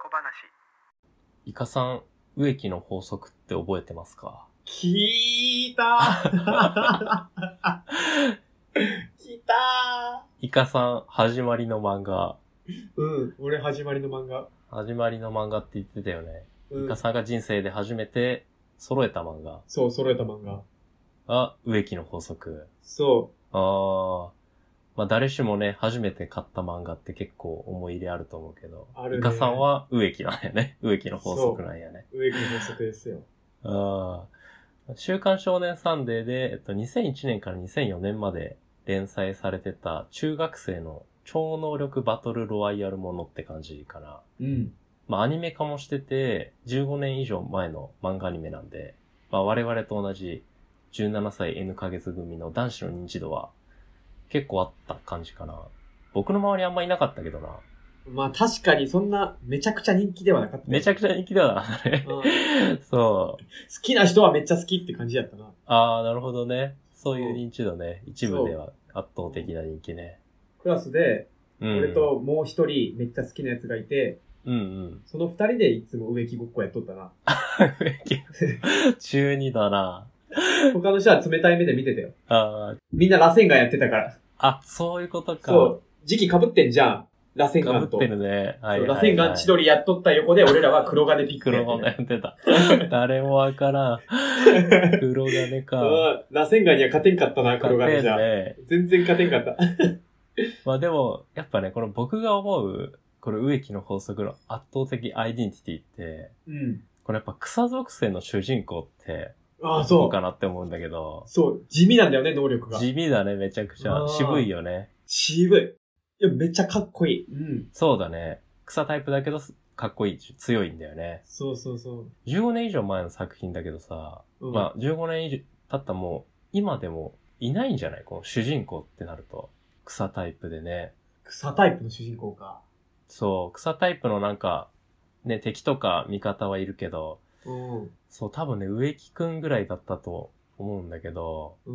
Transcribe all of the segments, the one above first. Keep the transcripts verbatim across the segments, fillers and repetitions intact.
小話。 イカさん、植木の法則って覚えてますか？ 聞いた聞いたイカさん、始まりの漫画。 うん、俺始まりの漫画。 始まりの漫画って言ってたよね。 うん、 イカさんが人生で初めて揃えた漫画そう、揃えた漫画。 が植木の法則。 そあー。まあ誰しもね、初めて買った漫画って結構思い入れあると思うけど。 あるねイカさんは植木なんやね。植木の法則なんやね。 う、植木の法則ですよ。 あー。週刊少年サンデーで、えっと、にせんいちねんからにせんよねんまで連載されてた中学生の超能力バトルロワイヤルものって感じかな。 うん。 まあアニメ化もしてて、じゅうごねん以上前の漫画アニメなんで、まあ我々と同じじゅうななさい N ヶ月組の男子の認知度は結構あった感じかな。僕の周りあんまいなかったけどな。 まあ確かにそんなめちゃくちゃ人気ではなかった。 めちゃくちゃ人気ではなかったね。そう。 好きな人はめっちゃ好きって感じだったな。 ああ、なるほどね。そういう認知度ね。一部では圧倒的な人気ね。 クラスで、 うん、 俺ともう一人めっちゃ好きなやつがいて、 うんうん。 その二人でいつも植木ごっこやっとったな。 植木中二だな。 他の人は冷たい目で見てたよ。 あみんな螺旋岩やってたから。 あ、そういうことか。 そう。時期被ってんじゃん。螺旋岩と。 被ってるね。はいはいはい、 螺旋岩千鳥やっとった横で俺らは黒金ピック黒金やってた。誰もわからん。黒金か。 螺旋岩には勝てんかったな、黒金じゃ。 ね、 全然勝てんかった。 まあでも、やっぱね、この僕が思う、これ植木の法則の圧倒的アイデンティティって、 うん。 これやっぱ草属性の主人公って、 ああ、そう。 そうかなって思うんだけど。 そう。地味なんだよね、能力が。 地味だね、めちゃくちゃ。渋いよね。 渋い。いや、めっちゃかっこいい。うん。 そうだね。草タイプだけど、かっこいい。強いんだよね。 そうそうそう。 じゅうごねん以上前の作品だけどさ、うん、まあじゅうごねん以上経ったもう、今でもいないんじゃない？この主人公ってなると。草タイプでね。 草タイプの主人公か。 そう、草タイプのなんか、ね、敵とか味方はいるけど、 うん、 そう、多分ね、植木くんぐらいだったと思うんだけど、 うん、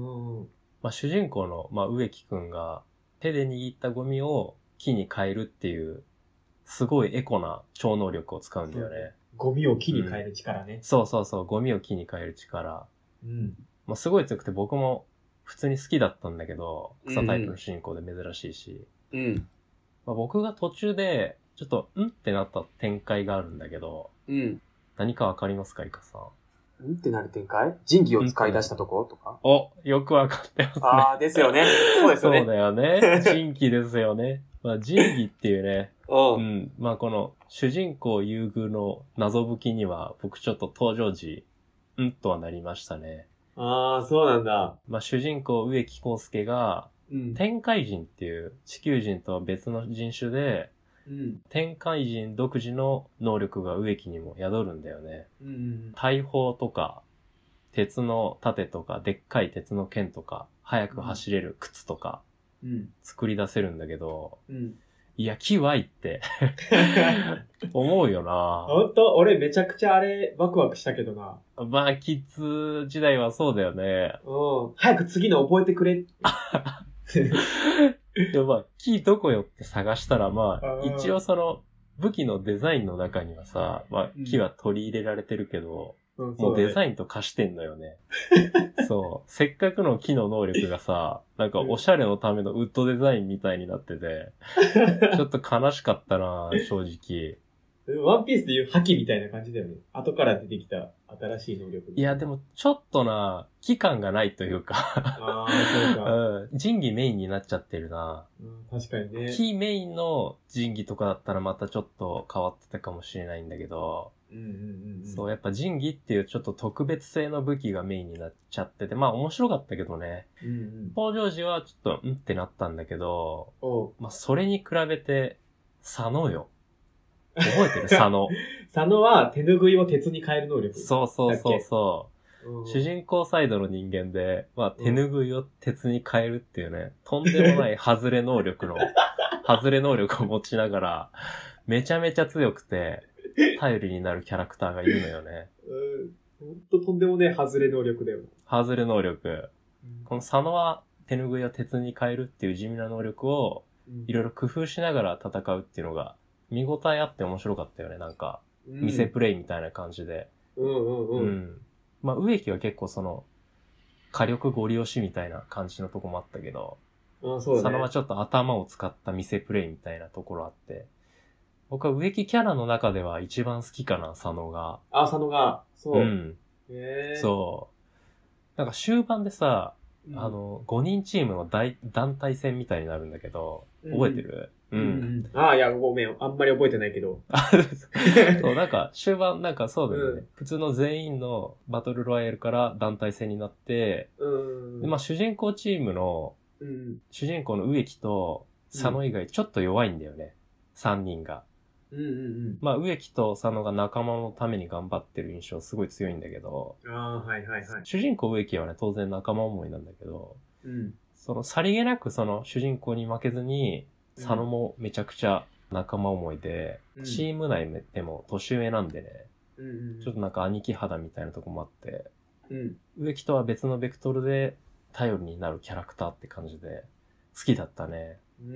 まあ主人公の、まあ、植木くんが手で握ったゴミを木に変えるっていう、すごいエコな超能力を使うんだよね。 ゴミを木に変える力ね、 うん。そうそうそう、ゴミを木に変える力。 うん。 まあすごい強くて僕も普通に好きだったんだけど、草タイプの主人公で珍しいし。 うん。 まあ、僕が途中で、ちょっと、んってなった展開があるんだけど、 うん。 何かわかりますか、イカさん。 んってなる展開？神器を使い出したとことか？ お、よくわかってますね。 ああ、ですよね。そうですよね。 そうだよね。神器ですよね。まあ、神器っていうね。うん。まあ、この、主人公優遇の謎解きには、僕ちょっと登場時、んとはなりましたね。 ああ、そうなんだ。 まあ、主人公植木康介が、うん、天界人っていう地球人とは別の人種で、うん、天界人独自の能力が植木にも宿るんだよね。うん、大砲とか、鉄の盾とか、でっかい鉄の剣とか、速く走れる靴とか、うん、作り出せるんだけど、うん、いや、木はいって思うよな。 ほんと？俺めちゃくちゃあれワクワクしたけどな。 まあ、キッズ時代はそうだよね。 うん。早く次の覚えてくれ。 でもまあ、木どこよって探したらまあ、一応その武器のデザインの中にはさ、まあ木は取り入れられてるけど、うん、もうデザインと化してんのよね。そう。せっかくの木の能力がさ、なんかおしゃれのためのウッドデザインみたいになってて、ちょっと悲しかったな、正直。 ワンピースでいう覇気みたいな感じだよね。後から出てきた新しい能力。 いや、でもちょっとな、期間がないというか。 ああ、そうか。 うん。神器メインになっちゃってるな。 うん、確かにね。 木メインの神器とかだったらまたちょっと変わってたかもしれないんだけど。 うんうんうんうん、 そう、やっぱ神器っていうちょっと特別性の武器がメインになっちゃってて、まあ面白かったけどね。うんうん、登場時はちょっと、んってなったんだけど、まあそれに比べて、佐野よ。覚えてる佐野。 佐野は手拭いを鉄に変える能力。 そうそうそうそう。うん、主人公サイドの人間で、まあ手拭いを鉄に変えるっていうね、とんでもない外れ能力の、外れ能力を持ちながら、めちゃめちゃ強くて、頼りになるキャラクターがいるのよね。 うん。ほんととんでもねえ外れ能力だよ。 外れ能力。うん、この佐野は手拭いを鉄に変えるっていう地味な能力を、いろいろ工夫しながら戦うっていうのが、 見応えあって面白かったよね、なんか。見せプレイみたいな感じで。 うんうんうん。うん。 まあ、植木は結構その、火力ご利用しみたいな感じのとこもあったけど、 あそうね。 佐野はちょっと頭を使った見せプレイみたいなところあって、僕は植木キャラの中では一番好きかな、佐野が。 あ、佐野が。そう。 うん。 へー。 そう。なんか終盤でさ、うん、あの、ごにんチームの大団体戦みたいになるんだけど、覚えてる？ うん。うんうん、ああ、いや、ごめん。あんまり覚えてないけど。 そう、なんか、終盤、なんかそうだよね、うん。普通の全員のバトルロワイヤルから団体戦になって、うんでまあ、主人公チームの、うん、主人公の植木と佐野以外ちょっと弱いんだよね。うん、さんにんが。うんうんうん、まあ、植木と佐野が仲間のために頑張ってる印象すごい強いんだけど、 ああ、はいはいはい。 主人公植木はね、当然仲間思いなんだけど、うん、そのさりげなくその主人公に負けずに、佐野もめちゃくちゃ仲間思いで、うん、チーム内でも年上なんでね、うんうん、ちょっとなんか兄貴肌みたいなとこもあって、うん、植木とは別のベクトルで頼りになるキャラクターって感じで好きだったね。うん、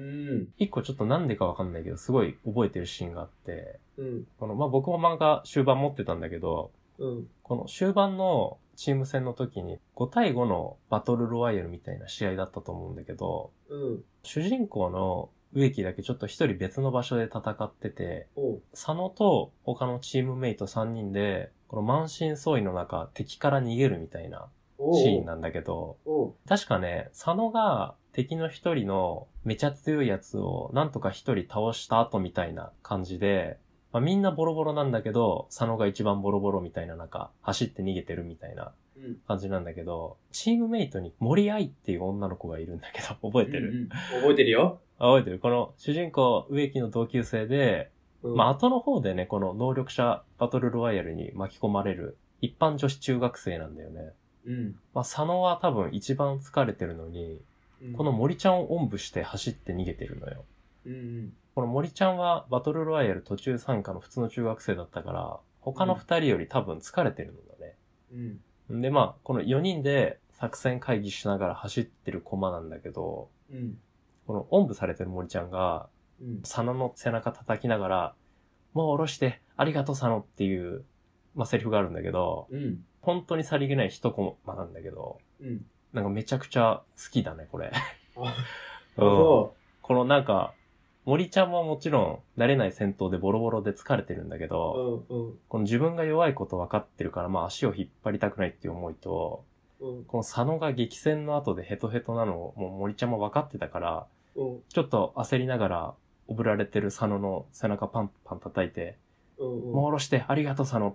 一個ちょっとなんでかわかんないけど、すごい覚えてるシーンがあって、うん、このまあ、僕も漫画終盤持ってたんだけど、うん、この終盤のチーム戦の時にごたいごのバトルロワイヤルみたいな試合だったと思うんだけど、うん、主人公の植木だけちょっと一人別の場所で戦ってて、佐野と他のチームメイトさんにんで、この満身創痍の中敵から逃げるみたいなシーンなんだけど、確かね、佐野が敵の一人のめちゃ強いやつをなんとか一人倒した後みたいな感じで、まあ、みんなボロボロなんだけど、佐野が一番ボロボロみたいな中、走って逃げてるみたいな感じなんだけど、うん、チームメイトに森愛っていう女の子がいるんだけど、覚えてる？ うんうん、覚えてるよ。 覚えてる。この主人公、植木の同級生で、うん、まあ後の方でね、この能力者バトルロワイヤルに巻き込まれる一般女子中学生なんだよね。うん。まあ佐野は多分一番疲れてるのに、うん、この森ちゃんをおんぶして走って逃げてるのよ。うんうん、この森ちゃんはバトルロワイヤル途中参加の普通の中学生だったから、他の二人より多分疲れてるんだね。うん。でまあ、このよにんで作戦会議しながら走ってるコマなんだけど、うん、このおんぶされてる森ちゃんが、うん、佐野の背中叩きながら、もう下ろして、ありがとう佐野っていう、まあ、セリフがあるんだけど、うん、本当にさりげない一コマなんだけど、うん、なんかめちゃくちゃ好きだね、これ。あ、うん、このなんか、森ちゃんももちろん慣れない戦闘でボロボロで疲れてるんだけど、うんうん、この自分が弱いこと分かってるから、まあ足を引っ張りたくないっていう思いと、うん、この佐野が激戦の後でヘトヘトなのをもう森ちゃんも分かってたから、うん、ちょっと焦りながらおぶられてる佐野の背中パンパン叩いて、うんうん、もう下ろしてありがとう佐野って、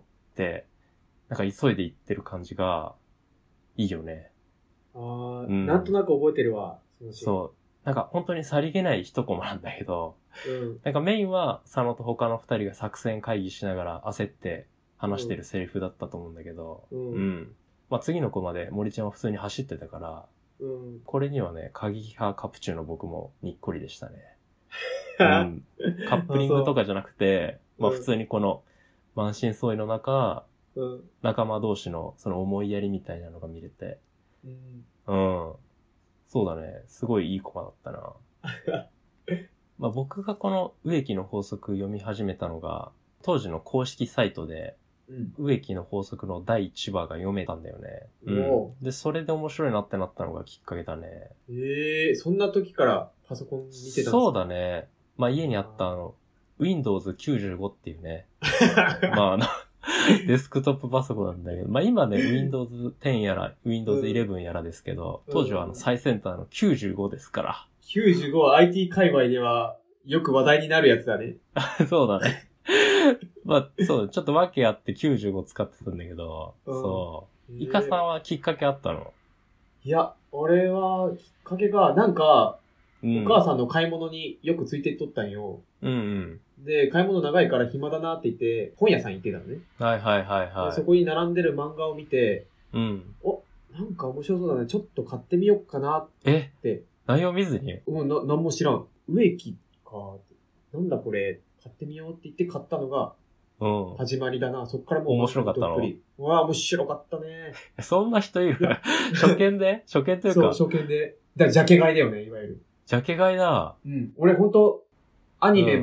なんか急いで言ってる感じがいいよね。 あー、うん、なんとなく覚えてるわ。 そう。なんか本当にさりげない一コマなんだけど、うん、なんかメインは佐野と他の二人が作戦会議しながら焦って話してるセリフだったと思うんだけど、うん。うん、まあ次のコマで森ちゃんは普通に走ってたから、うん、これにはね、過激派カプチューの僕もにっこりでしたね。うん、カップリングとかじゃなくて、まあ普通にこの満身創痍の中、うん、仲間同士のその思いやりみたいなのが見れて、うん。うんそうだね。すごいいいコマだったな。まあ僕がこの植木の法則読み始めたのが、当時の公式サイトで、うん、植木の法則のだいいちわが読めたんだよね。うん。で、それで面白いなってなったのがきっかけだね。 ええー、そんな時からパソコン見てたんですか？ そうだね。まあ家にあったあの、ウィンドウズきゅうじゅうご っていうね。まああの、デスクトップパソコンなんだけど、まあ今ね、ウィンドウズテン やら、ウィンドウズイレブン やらですけど、当時はあの最先端のきゅうじゅうごですから。 きゅうじゅうごは アイティー 界隈ではよく話題になるやつだね。 そうだね。まあそう、ちょっと訳あってきゅうじゅうご使ってたんだけど、うん、そう。イカさんはきっかけあったの？ いや、俺はきっかけが、なんか、うん、お母さんの買い物によくついてっとったんよ。うんうん。で、買い物長いから暇だなって言って、本屋さん行ってたのね。 はいはいはいはい。 そこに並んでる漫画を見て、うん。お、なんか面白そうだね。ちょっと買ってみようかなって。 え内容見ずに？ うん、な、なんも知らん。植木か。なんだこれ、買ってみようって言って買ったのが、うん。始まりだな。そっからもう面白かったの？ うわぁ、面白かったね。 そんな人いる？初見で初見というか。 そう、初見で。だからジャケ買いだよね、いわゆる。 ジャケ買いだ。 うん。俺ほんと、アニメも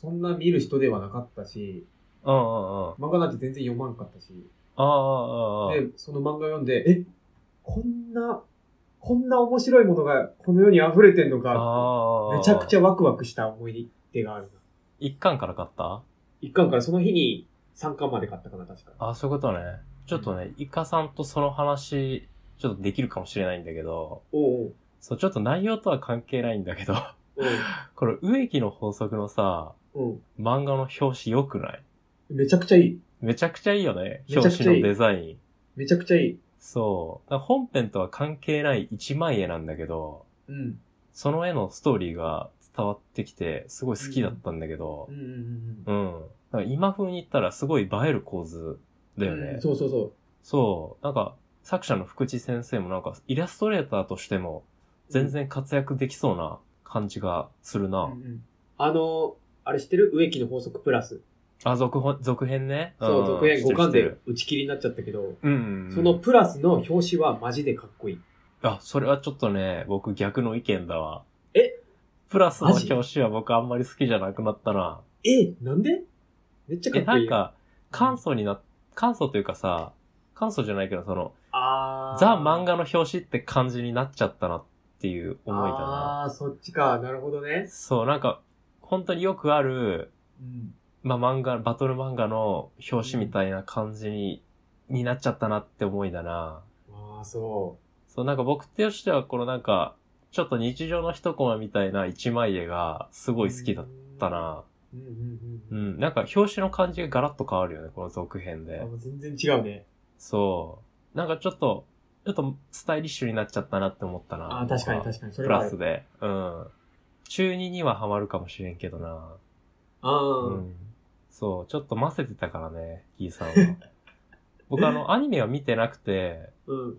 そんな見る人ではなかったし、 うんうんうん。 漫画なんて全然読まんかったし。 ああ、ああ、 で、その漫画読んで、え、こんな、こんな面白いものがこの世に溢れてんのかって、めちゃくちゃワクワクした思い出があるな。 一巻から買った？ 一巻からその日に三巻まで買ったかな、確か。 ああ、そういうことね。ちょっとね、イカさんとその話、ちょっとできるかもしれないんだけど、 おうそう、ちょっと内容とは関係ないんだけど、これ、植木の法則のさ、漫画の表紙良くない？ めちゃくちゃいい。 めちゃくちゃいいよね。表紙のデザイン。 めちゃくちゃいい。 そう。本編とは関係ない一枚絵なんだけど、うん、その絵のストーリーが伝わってきて、すごい好きだったんだけど、うん。うんうん、今風に言ったらすごい映える構図だよね。 うん、そうそうそう。 そう。なんか、作者の福地先生もなんか、イラストレーターとしても、全然活躍できそうな感じがするな。うんうん、 あの、あれ知ってる？植木の法則プラス。 あ、続編、続編ね。 そう、続編ごかんで打ち切りになっちゃったけど、うんうんうん、そのプラスの表紙はマジでかっこいい。 あ、それはちょっとね、僕逆の意見だわ。 え？ プラスの表紙は僕あんまり好きじゃなくなったな。 え？なんで？めっちゃかっこいい。 え、なんか、簡素にな、簡素というかさ、簡素じゃないけど、その、あザ漫画の表紙って感じになっちゃったなっていう思いだな。 ああ、そっちか。なるほどね。 そう、なんか、本当によくある、うん、まあ、漫画、バトル漫画の表紙みたいな感じに、うん、になっちゃったなって思いだな。 ああ、そう。 そう、なんか僕としては、このなんか、ちょっと日常の一コマみたいな一枚絵がすごい好きだったな。うん、うんうんうん、なんか表紙の感じがガラッと変わるよね、この続編で。 あ、全然違うね。 そう。なんかちょっと、ちょっとスタイリッシュになっちゃったなって思ったな。 あ、確かに確かに。 それはプラスで。うん。中ににはハマるかもしれんけどな。 ああ。 うん。そう。ちょっと混ぜてたからね、キーさんは。僕あの、アニメは見てなくて、うん、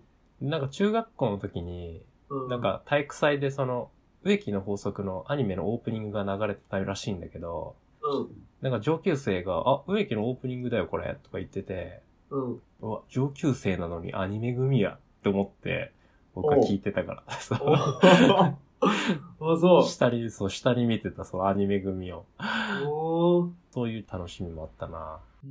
なんか中学校の時に、うん、なんか体育祭でその、植木の法則のアニメのオープニングが流れてたらしいんだけど、うん、なんか上級生が、あ、植木のオープニングだよこれ、とか言ってて、うん、うわ、上級生なのにアニメ組やって思って、僕は聞いてたから。そう。 あ、そう。 下に、そう、下に見てた、そのアニメ組を。おそういう楽しみもあったな。うん、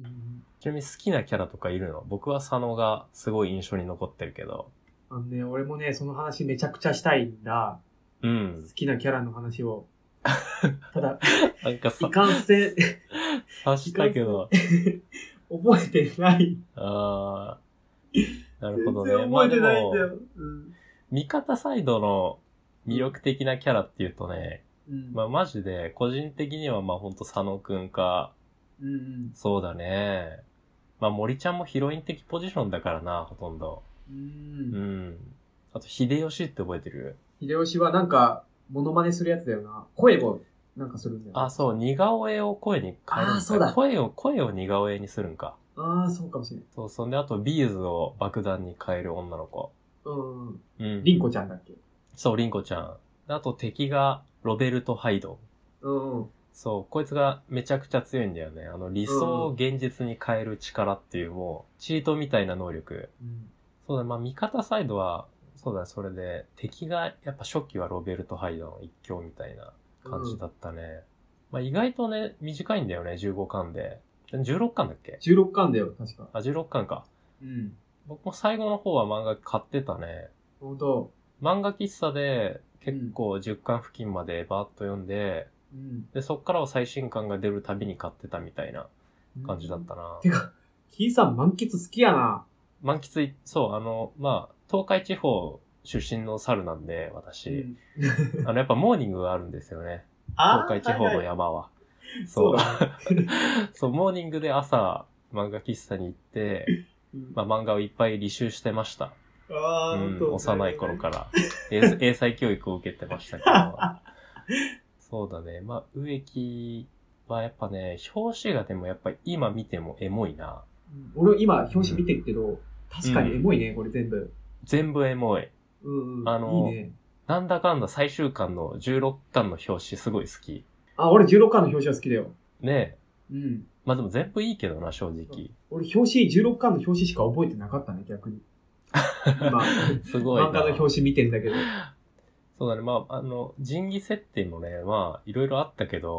ちなみに好きなキャラとかいるの？僕は佐野がすごい印象に残ってるけど。 あのね、俺もね、その話めちゃくちゃしたいんだ。うん。好きなキャラの話を。ただ、 なんかさ、 いかんせん。 察したけど。 覚えてない。 ああ。なるほどね。 全然覚えてないんだよ。まあ、うん、 味方サイドの魅力的なキャラっていうとね、うん、まあマジで個人的にはまあほんと佐野くんか、うんうん、そうだね。まあ森ちゃんもヒロイン的ポジションだからな、ほとんど。うん。うん。あと秀吉って覚えてる？ 秀吉はなんかモノマネするやつだよな。声をなんかするんだよ、ね。 あ、そう、似顔絵を声に変えるんだ。 あ、そうだ。 声を、声を似顔絵にするんか。 ああ、そうかもしれない。 そうそう。で、あとビーズを爆弾に変える女の子。 うん。うん。リンコちゃんだっけ？ そう、リンコちゃん。あと敵がロベルト・ハイド。うん。そう、こいつがめちゃくちゃ強いんだよね。あの、理想を現実に変える力っていう、もう、チートみたいな能力。うん、そうだ、まあ、味方サイドは、そうだ、それで、敵が、やっぱ初期はロベルト・ハイドの一強みたいな感じだったね。うん、まあ、意外とね、短いんだよね、じゅうごかんで。じゅうろっかんだっけ？ じゅうろっかんだよ、確か。 あ、じゅうろっかんか。うん。僕も最後の方は漫画買ってたね。 ほんと。 漫画喫茶で結構じゅっかん付近までバーッと読んで、うん、で、そっからは最新刊が出るたびに買ってたみたいな感じだったな。うん、 てか、キーさん満喫好きやな。 満喫、そう、あの、まあ、東海地方出身の猿なんで、私。うん、あの、やっぱモーニングがあるんですよね。東海地方の山は。そう。そうね、そう、モーニングで朝、漫画喫茶に行って、うん、まあ漫画をいっぱい履修してました。あうん、幼い頃から英、英才教育を受けてましたけど。そうだね。まあ、植木はやっぱね、表紙がでもやっぱり今見てもエモいな。 うん、俺今表紙見てるけど、うん、確かにエモいね、これ全部。 全部エモい。 うんうん。 あの、いいね、なんだかんだ最終巻のじゅうろっかんの表紙すごい好き。 あ、俺じゅうろっかんの表紙は好きだよ。 ねえ。うん。まあでも全部いいけどな、正直。 俺表紙、じゅうろっかんの表紙しか覚えてなかったね、逆に。今、 すごいな。 漫画の表紙見てんだけど。 そうだね、まあ、あの、人技設定もね、まあ、いろいろあったけど、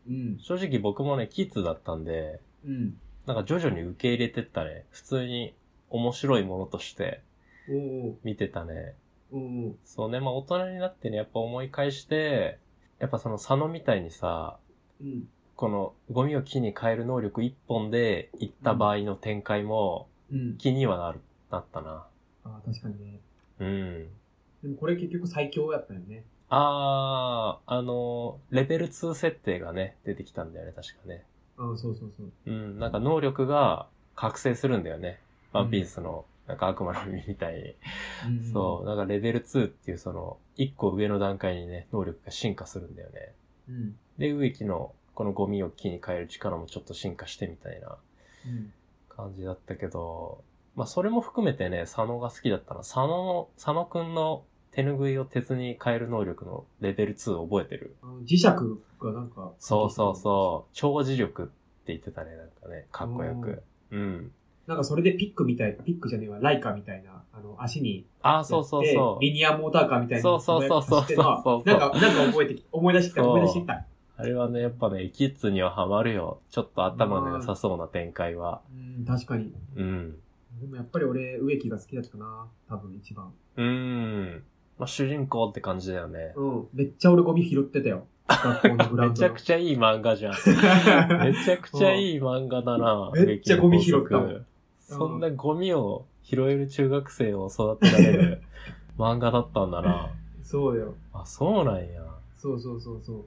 うん、正直僕もね、キッズだったんで、うん、なんか徐々に受け入れてったね。普通に面白いものとして見てたね。うんうん、そうね、まあ大人になってね、やっぱ思い返して、やっぱその佐野みたいにさ、うん、このゴミを木に変える能力一本でいった場合の展開も気にはなる、うん、なったな。 ああ、確かにね。うん。でもこれ結局最強やったよね。 ああ、あの、レベルツー設定がね、出てきたんだよね、確かね。 ああ、そうそうそう。 うん、なんか能力が覚醒するんだよね。ワンピースの、なんか悪魔の実みたいに。うん、そう、なんかレベルツーっていうその、一個上の段階にね、能力が進化するんだよね。うん、で、植木のこのゴミを木に変える力もちょっと進化してみたいな感じだったけど、まあそれも含めてね、佐野が好きだったな。佐野の、佐野くんの手拭いを鉄に変える能力のレベルツー覚えてる？ 磁石がなんか。 そうそうそう。超磁力って言ってたね、なんかね。かっこよく。うん。 なんかそれでピックみたいな、ピックじゃねえわ、ライカみたいな、あの、足に。 ああ、そうそうそう。 リニアモーターカーみたいな。 そうそうそうそうそう。 なんか、なんか覚えてき、思い出してきた、思い出してきた。 あれはね、やっぱね、キッズにはハマるよ。ちょっと頭の良さそうな展開は。 うん、確かに。うん。でもやっぱり俺、植木が好きだったな。多分一番。 うーん。まあ、主人公って感じだよね。 うん。めっちゃ俺ゴミ拾ってたよ。学校のグラウンド。 めちゃくちゃいい漫画じゃん。めちゃくちゃいい漫画だな。 めっちゃゴミ拾ったもん。 そんなゴミを拾える中学生を育てられる漫画だったんだな。 そうよ。 あ、そうなんや。 そうそうそうそう。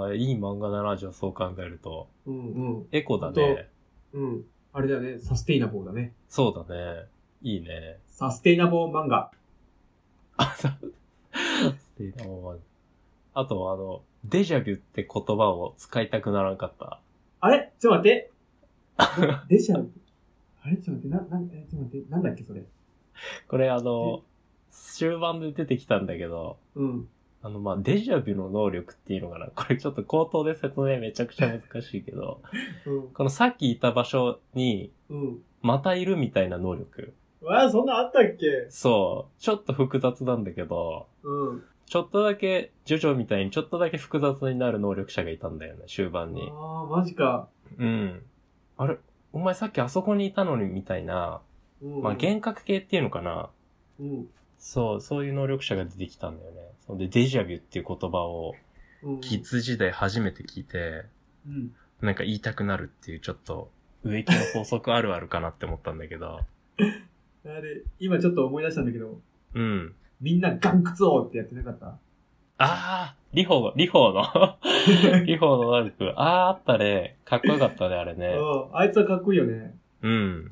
あ、いい漫画だな、じゃあそう考えると。 うんうん。 エコだね。 うん。あれだよね。サステイナボーだね。 そうだね。いいね。 サステイナボー漫画。 あ、サステイナボー漫画。あと、あの、デジャビュって言葉を使いたくならんかった。 あれちょっと待って。デジャビュあれちょっと待って、な、な、え、ちょっと待って、なんだっけそれ。 これあの、終盤で出てきたんだけど、うん。あの、まあ、デジャビュの能力っていうのかな。これちょっと口頭で説明めちゃくちゃ難しいけど、うん、このさっきいた場所に、うん、またいるみたいな能力。 わあ、そんなあったっけ？ そう。ちょっと複雑なんだけど、うん。ちょっとだけ、ジョジョみたいにちょっとだけ複雑になる能力者がいたんだよね、終盤に。 ああ、マジか。 うん。あれお前さっきあそこにいたのにみたいな、うん、まあ幻覚系っていうのかな、うん、そう、そういう能力者が出てきたんだよね。そんでデジャビュっていう言葉を、うん、キッズ時代初めて聞いて、うん、なんか言いたくなるっていうちょっと植木の法則あるあるかなって思ったんだけど。 あれ、今ちょっと思い出したんだけど、うん。みんなガンクツ王ってやってなかった？ ああ、リホー、リホーのリホーの能力。ああ、あったね。かっこよかったね、あれね。 ああいつはかっこいいよね。 うん。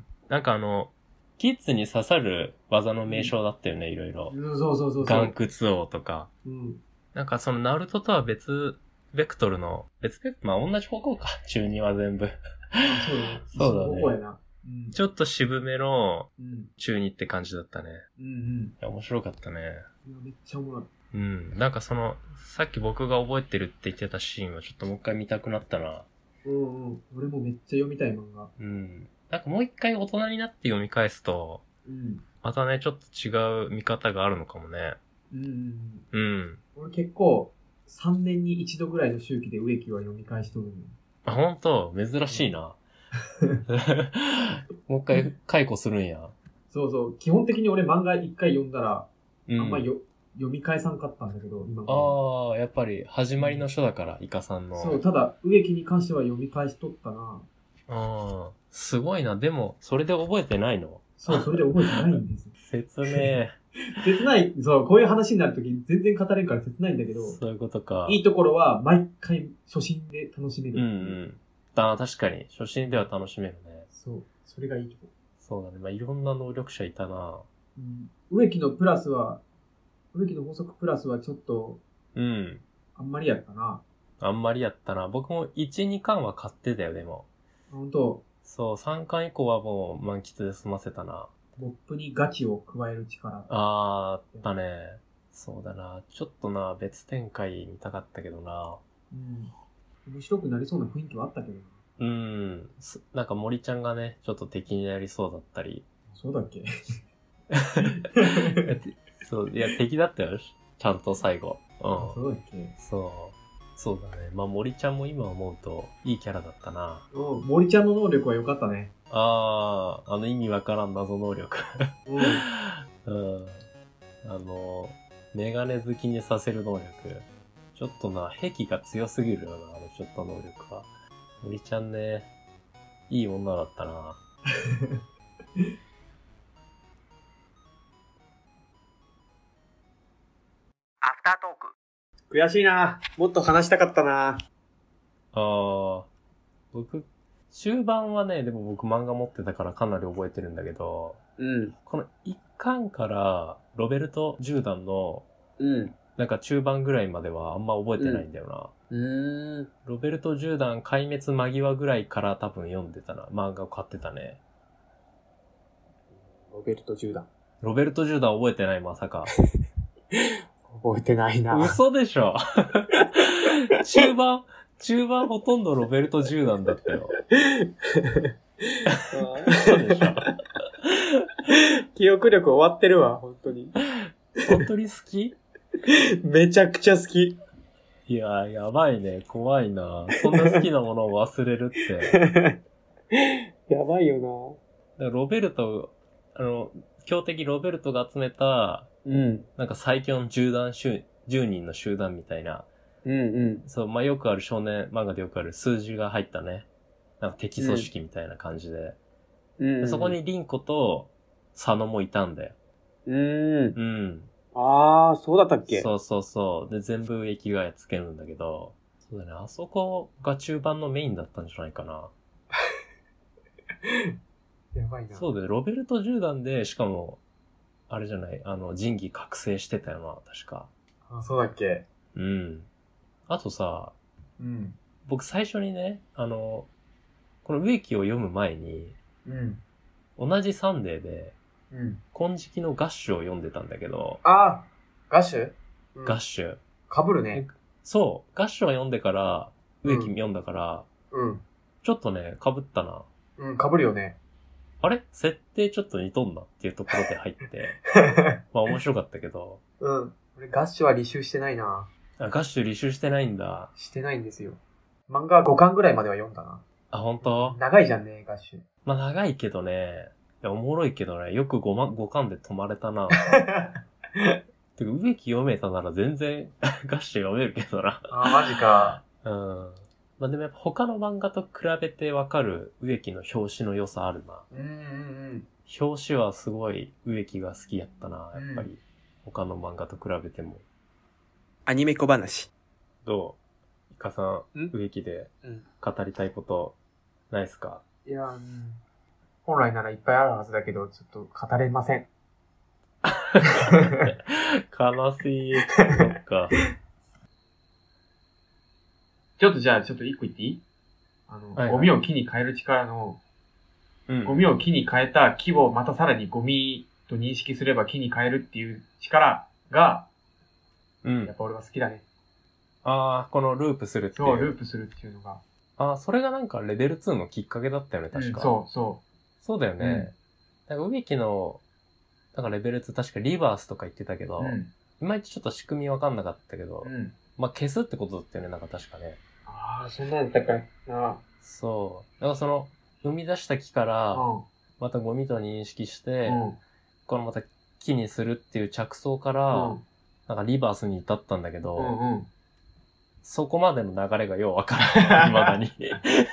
なんかあの、キッズに刺さる技の名称だったよね、うん、いろいろ。 そうそうそうそう。 ガンクツ王とか。うん。なんかそのナルトとは別、ベクトルの、別ベクトル、まあ同じ方向か。中二は全部。 そうだね。そうだね。方向やな。 うん、ちょっと渋めの中二って感じだったね。うんうん。いや、面白かったね。 いや、めっちゃおもろい。 うん。なんかその、さっき僕が覚えてるって言ってたシーンはちょっともう一回見たくなったな。 うんうん。俺もめっちゃ読みたい漫画。 うん。なんかもう一回大人になって読み返すと、うん。またね、ちょっと違う見方があるのかもね。うんうんうん。うん。俺結構、さんねんに一度ぐらいの周期で植木は読み返しとるの。 あ、ほんと珍しいな。もう一回解雇するんや。 そうそう。基本的に俺漫画一回読んだら、うん、あんまよ読み返さんかったんだけど、今ああ、やっぱり始まりの書だから、イカさんの。 そう、ただ、植木に関しては読み返しとったな。 ああ、すごいな。でも、それで覚えてないの？ そう、それで覚えてないんです。 説明。 切ない、そう、こういう話になるとき全然語れんから切ないんだけど。 そういうことか。 いいところは、毎回初心で楽しめる。 うんうん。ああ、確かに。初心では楽しめるね。 そう。それがいいとこ。 そうだね。まあ、いろんな能力者いたな。 うん。植木のプラスは、植木の法則プラスはちょっと、うん。あんまりやったな。 あんまりやったな。僕もいち、にかんは買ってたよ、でも。 ほんと。 そう、さんかん以降はもう満喫で済ませたな。 モップにガチを加える力。ああー、あったね。そうだな。ちょっとな、別展開見たかったけどな。 うん。面白くなりそうな雰囲気はあったけどな。 うん。なんか森ちゃんがね、ちょっと敵になりそうだったり。 そうだっけそう、いや、敵だったよ。ちゃんと最後。 うん。そうだっけそう。 そうだね。まあ森ちゃんも今思うといいキャラだったな。 うん、森ちゃんの能力は良かったね。 ああ、あの意味わからん謎能力。うん。うん。あの、メガネ好きにさせる能力。ちょっとな、癖が強すぎるよな、あのちょっと能力は。森ちゃんね、いい女だったな。 アフタートーク。悔しいな。もっと話したかったな。ああ、僕、終盤はね、でも僕漫画持ってたからかなり覚えてるんだけど、 うん。 この一巻からロベルトじゅう段の、 うん。 なんか中盤ぐらいまではあんま覚えてないんだよな。 うん。うーん。 ロベルトじゅう段壊滅間際ぐらいから多分読んでたな。漫画を買ってたね。 ロベルトじゅう段。 ロベルトじゅう段覚えてないまさか。 覚えてないな。 嘘でしょ。中盤、中盤ほとんどロベルトじゅう段だったよ。嘘でしょ。 記憶力終わってるわ、本当に。 本当に好き？ めちゃくちゃ好き。 いやー、やばいね。怖いな。そんな好きなものを忘れるって。 やばいよな。ロベルト、あの、強敵ロベルトが集めた、 うん。 なんか最強の十段集、十人の集団みたいな。 うんうん。 そう、まあ、よくある少年漫画でよくある数字が入ったね。なんか敵組織みたいな感じで。 うん。 でそこにリンコと佐野もいたんだよ。 うん。 うん。 ああ、そうだったっけ？ そうそうそう。で、全部植木がやっつけるんだけど、そうだね、あそこが中盤のメインだったんじゃないかな。 やばいな。 そうだよ、ロベルトじゅう段で、しかも、あれじゃない、あの、神器覚醒してたよな、確か。 あ、そうだっけ？ うん。あとさ、 うん。 僕最初にね、あの、この植木を読む前に、 うん。 同じサンデーで、 うん。 金色のガッシュを読んでたんだけど、 ああ、ガッシュ？うん、 ガッシュ。 かぶるね。 そう、ガッシュは読んでから、植木読んだから、 うん。 ちょっとね、被ったな。 うん、かぶるよね。 あれ設定ちょっと似とんなっていうところで入って。まあ面白かったけど。 うん。俺ガッシュは履修してないな。 あ、ガッシュ履修してないんだ。 してないんですよ。漫画ごかんぐらいまでは読んだな。 あ、本当？ 長いじゃんね、ガッシュ。 まあ長いけどね。いや、おもろいけどね。よく ご, まごかんで止まれたな。てか、植木読めたなら全然ガッシュ読めるけどな。 あ、マジか。 うん。まあでもやっぱ他の漫画と比べてわかる植木の表紙の良さあるな。 うんうんうん。 表紙はすごい植木が好きやったな、やっぱり。うん、他の漫画と比べても。 アニメ小話。 どう？イカさん、植木で語りたいことないっすか？ いや、うん、本来ならいっぱいあるはずだけど、ちょっと語れません。 悲しい。そっか。 ちょっとじゃあ、ちょっと一個言っていい？あの、はいはい、ゴミを木に変える力の、うん、ゴミを木に変えた木をまたさらにゴミと認識すれば木に変えるっていう力が、うん。やっぱ俺は好きだね。 ああ、このループするっていう。 そう、ループするっていうのが。 ああ、それがなんかレベルツーのきっかけだったよね、確か。 うん、そう、そう。 そうだよね。うん、なんか植木の、なんかレベルツー確かリバースとか言ってたけど、うん、いまいちちょっと仕組みわかんなかったけど、うん、まあ、消すってことだったよね、なんか確かね。 ああ、そんなんだったかな。 そう。だからその、生み出した木から、またゴミと認識して、うん、このまた木にするっていう着想から、うん、なんかリバースに至ったんだけど、うんうん、そこまでの流れがようわからない。未だに。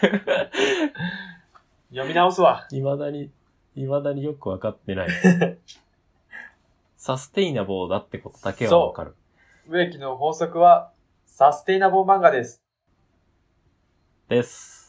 読み直すわ。 未だに、未だによくわかってない。サステイナボーだってことだけはわかる。 植木の法則は、サステイナボー漫画です。 です。